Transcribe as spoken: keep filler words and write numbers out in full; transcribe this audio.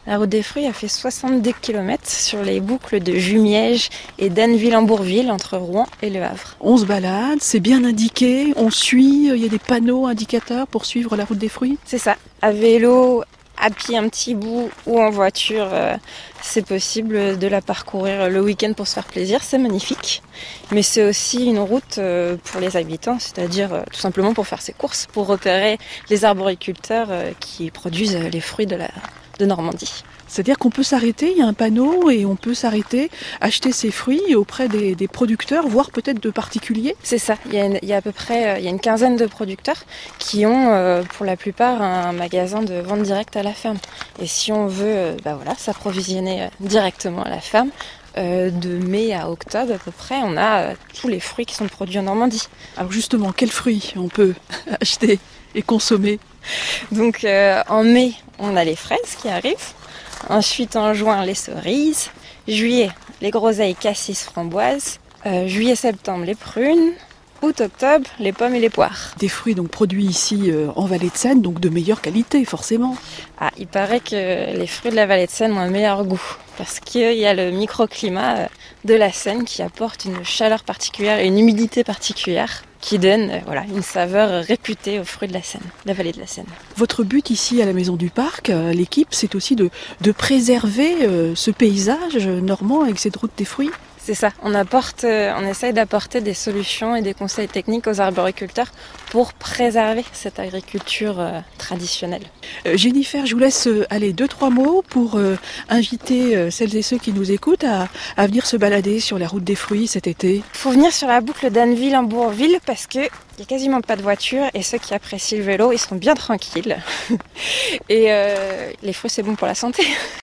La route des fruits a fait soixante-dix kilomètres sur les boucles de Jumièges et d'Anneville-en-Bourville, entre Rouen et Le Havre. On se balade, c'est bien indiqué, on suit, il y a des panneaux indicateurs pour suivre la route des fruits. C'est ça, à vélo, à pied un petit bout ou en voiture, euh, c'est possible de la parcourir le week-end pour se faire plaisir, c'est magnifique. Mais c'est aussi une route euh, pour les habitants, c'est-à-dire euh, tout simplement pour faire ses courses, pour repérer les arboriculteurs euh, qui produisent les fruits de la de Normandie. C'est-à-dire qu'on peut s'arrêter, il y a un panneau et on peut s'arrêter, acheter ses fruits auprès des, des producteurs, voire peut-être de particuliers. C'est ça, il y a, une, il y a à peu près il y a une quinzaine de producteurs qui ont euh, pour la plupart un magasin de vente directe à la ferme. Et si on veut euh, bah voilà, s'approvisionner directement à la ferme, euh, de mai à octobre à peu près, on a euh, tous les fruits qui sont produits en Normandie. Alors justement, quels fruits on peut acheter et consommer? Donc euh, en mai, on a les fraises qui arrivent. Ensuite, en juin, les cerises. Juillet, les groseilles, cassis, framboises. Euh, Juillet-septembre, les prunes. Août-octobre, les pommes et les poires. Des fruits donc produits ici euh, en Vallée de Seine, donc de meilleure qualité, forcément. Ah, il paraît que les fruits de la Vallée de Seine ont un meilleur goût. Parce qu'il y a le microclimat de la Seine qui apporte une chaleur particulière et une humidité particulière qui donne euh, voilà, une saveur réputée aux fruits de la Seine, de la Vallée de la Seine. Votre but ici à la Maison du Parc, euh, l'équipe, c'est aussi de, de préserver euh, ce paysage normand avec cette route des fruits. C'est ça, on apporte, euh, on essaye d'apporter des solutions et des conseils techniques aux arboriculteurs pour préserver cette agriculture euh, traditionnelle. Euh, Jennifer, je vous laisse euh, aller deux, trois mots pour euh, inviter euh, celles et ceux qui nous écoutent à, à venir se balader sur la route des fruits cet été. Il faut venir sur la boucle d'Anneville-en-Bourville parce que il n'y a quasiment pas de voiture et ceux qui apprécient le vélo, ils sont bien tranquilles. Et euh, les fruits, c'est bon pour la santé.